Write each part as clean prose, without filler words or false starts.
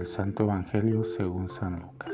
Santo Evangelio según San Lucas.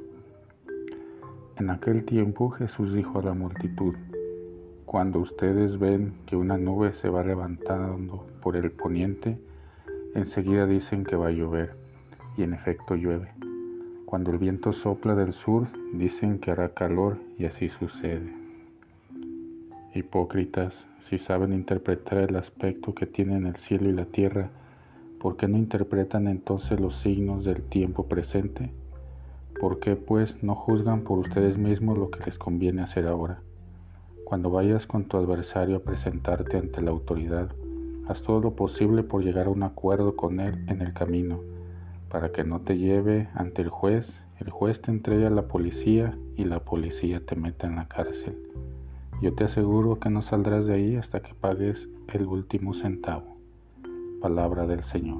En aquel tiempo Jesús dijo a la multitud: Cuando ustedes ven que una nube se va levantando por el poniente, enseguida dicen que va a llover, y en efecto llueve. Cuando el viento sopla del sur, dicen que hará calor, y así sucede. Hipócritas, si saben interpretar el aspecto que tienen el cielo y la tierra, ¿por qué no interpretan entonces los signos del tiempo presente? ¿Por qué, pues, no juzgan por ustedes mismos lo que les conviene hacer ahora? Cuando vayas con tu adversario a presentarte ante la autoridad, haz todo lo posible por llegar a un acuerdo con él en el camino, para que no te lleve ante el juez te entregue a la policía y la policía te meta en la cárcel. Yo te aseguro que no saldrás de ahí hasta que pagues el último centavo. Palabra del Señor.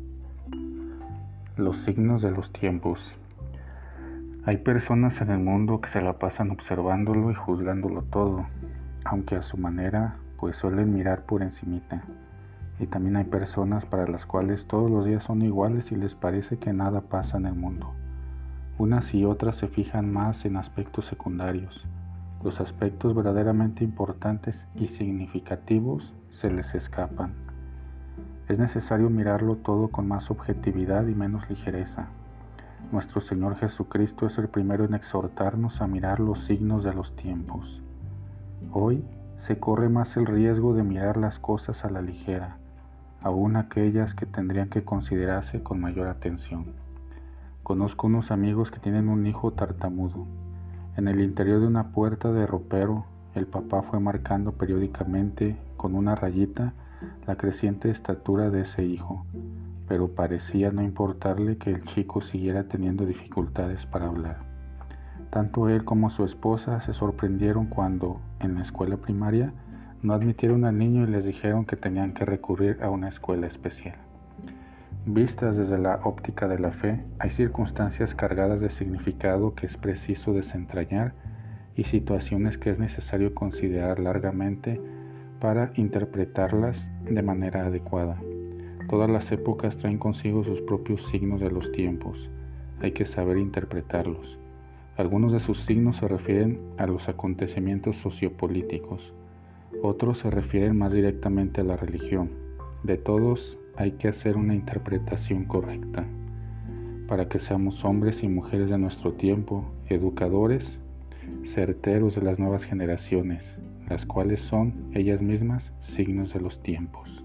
Los signos de los tiempos. Hay personas en el mundo que se la pasan observándolo y juzgándolo todo, aunque a su manera, pues suelen mirar por encimita. Y también hay personas para las cuales todos los días son iguales y les parece que nada pasa en el mundo. Unas y otras se fijan más en aspectos secundarios. Los aspectos verdaderamente importantes y significativos se les escapan. Es necesario mirarlo todo con más objetividad y menos ligereza. Nuestro Señor Jesucristo es el primero en exhortarnos a mirar los signos de los tiempos. Hoy se corre más el riesgo de mirar las cosas a la ligera, aún aquellas que tendrían que considerarse con mayor atención. Conozco unos amigos que tienen un hijo tartamudo. En el interior de una puerta de ropero, el papá fue marcando periódicamente con una rayita la creciente estatura de ese hijo, pero parecía no importarle que el chico siguiera teniendo dificultades para hablar. Tanto él como su esposa se sorprendieron cuando, en la escuela primaria, no admitieron al niño y les dijeron que tenían que recurrir a una escuela especial. Vistas desde la óptica de la fe, hay circunstancias cargadas de significado que es preciso desentrañar y situaciones que es necesario considerar largamente para interpretarlas de manera adecuada. Todas las épocas traen consigo sus propios signos de los tiempos. Hay que saber interpretarlos. Algunos de sus signos se refieren a los acontecimientos sociopolíticos. Otros se refieren más directamente a la religión. De todos hay que hacer una interpretación correcta, para que seamos hombres y mujeres de nuestro tiempo, educadores, certeros de las nuevas generaciones, las cuales son ellas mismas signos de los tiempos.